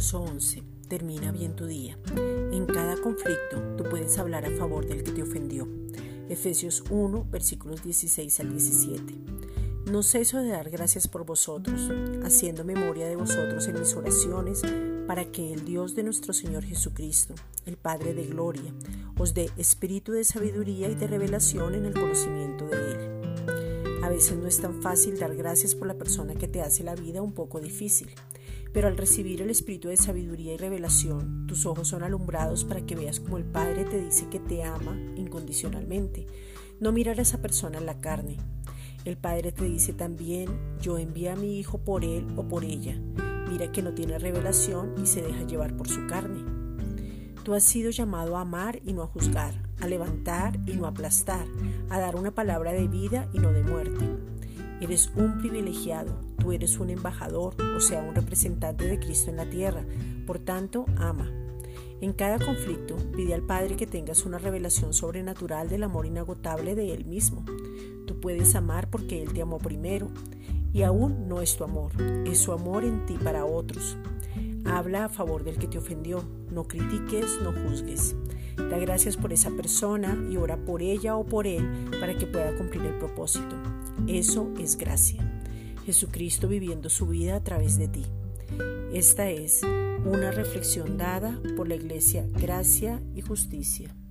Verso 11. Termina bien tu día. En cada conflicto tú puedes hablar a favor del que te ofendió. Efesios 1, versículos 16 al 17. No ceso de dar gracias por vosotros, haciendo memoria de vosotros en mis oraciones, para que el Dios de nuestro Señor Jesucristo, el Padre de gloria, os dé espíritu de sabiduría y de revelación en el conocimiento de Él. A veces no es tan fácil dar gracias por la persona que te hace la vida un poco difícil, pero al recibir el espíritu de sabiduría y revelación, tus ojos son alumbrados para que veas cómo el Padre te dice que te ama incondicionalmente. No mirar a esa persona en la carne. El Padre te dice también: yo envié a mi Hijo por él o por ella. Mira que no tiene revelación y se deja llevar por su carne. Tú has sido llamado a amar y no a juzgar, a levantar y no a aplastar, a dar una palabra de vida y no de muerte. Eres un privilegiado, tú eres un embajador, o sea, un representante de Cristo en la tierra. Por tanto, ama. En cada conflicto, pide al Padre que tengas una revelación sobrenatural del amor inagotable de Él mismo. Tú puedes amar porque Él te amó primero, y aún no es tu amor, es su amor en ti para otros. Habla a favor del que te ofendió, no critiques, no juzgues. Da gracias por esa persona y ora por ella o por él para que pueda cumplir el propósito. Eso es gracia. Jesucristo viviendo su vida a través de ti. Esta es una reflexión dada por la Iglesia Gracia y Justicia.